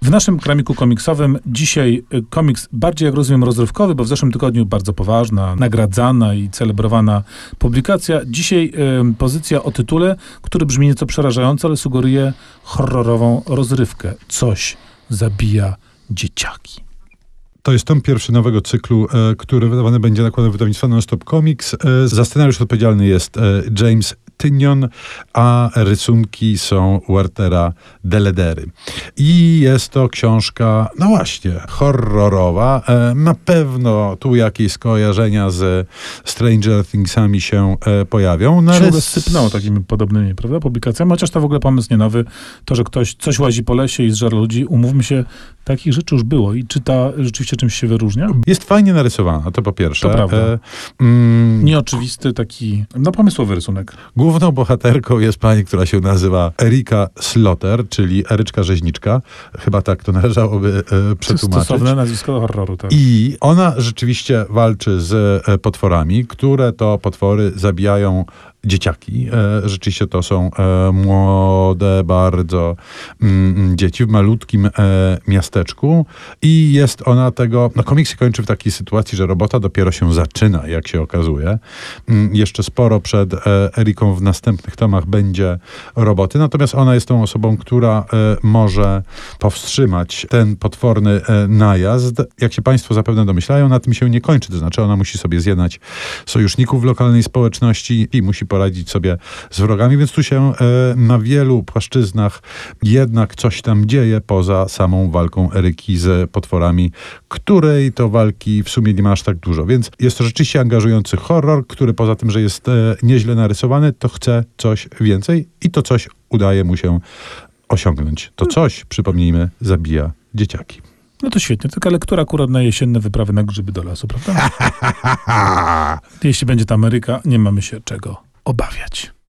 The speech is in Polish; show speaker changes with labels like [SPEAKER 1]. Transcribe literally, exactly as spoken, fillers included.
[SPEAKER 1] W naszym kramiku komiksowym dzisiaj komiks bardziej, jak rozumiem, rozrywkowy, bo w zeszłym tygodniu bardzo poważna, nagradzana i celebrowana publikacja. Dzisiaj y, pozycja o tytule, który brzmi nieco przerażająco, ale sugeruje horrorową rozrywkę. Coś zabija dzieciaki.
[SPEAKER 2] To jest tom pierwszy nowego cyklu, e, który wydawany będzie nakładem wydawnictwa Non-Stop Comics. E, za scenariusz odpowiedzialny jest e, James Tynion, a rysunki są Waltera Deledery. I jest to książka, no właśnie, horrorowa. E, na pewno tu jakieś skojarzenia z Stranger Thingsami się e, pojawią.
[SPEAKER 1] No, ale sypnęło takimi podobnymi, prawda, publikacjami, chociaż to w ogóle pomysł nie nowy. To, że ktoś coś łazi po lesie i zżera ludzi, umówmy się, takich rzeczy już było. I czy ta rzeczywiście czymś się wyróżnia?
[SPEAKER 2] Jest fajnie narysowana, to po pierwsze.
[SPEAKER 1] To prawda.
[SPEAKER 2] E, mm,
[SPEAKER 1] Nieoczywisty taki, no pomysłowy rysunek.
[SPEAKER 2] Główną bohaterką jest pani, która się nazywa Erika Slaughter, czyli Eryczka Rzeźniczka. Chyba tak to należałoby e, przetłumaczyć.
[SPEAKER 1] Stosowne nazwisko do horroru, tak.
[SPEAKER 2] I ona rzeczywiście walczy z e, potworami, które to potwory zabijają dzieciaki. E, rzeczywiście to są e, młode bardzo mm, dzieci w malutkim e, miasteczku i jest ona tego, no komiks się kończy w takiej sytuacji, że robota dopiero się zaczyna, jak się okazuje. Mm, jeszcze sporo przed e, Eriką w następnych tomach będzie roboty, natomiast ona jest tą osobą, która e, może powstrzymać ten potworny e, najazd. Jak się państwo zapewne domyślają, na tym się nie kończy, to znaczy ona musi sobie zjednać sojuszników w lokalnej społeczności i musi poradzić sobie z wrogami, więc tu się e, na wielu płaszczyznach jednak coś tam dzieje poza samą walką Eryki z potworami, której to walki w sumie nie ma aż tak dużo. Więc jest to rzeczywiście angażujący horror, który poza tym, że jest e, nieźle narysowany, to chce coś więcej i to coś udaje mu się osiągnąć. To coś, przypomnijmy, zabija dzieciaki.
[SPEAKER 1] No to świetnie, taka lektura akurat na jesienne wyprawy na grzyby do lasu, prawda? Jeśli będzie ta Ameryka, nie mamy się czego obawiać.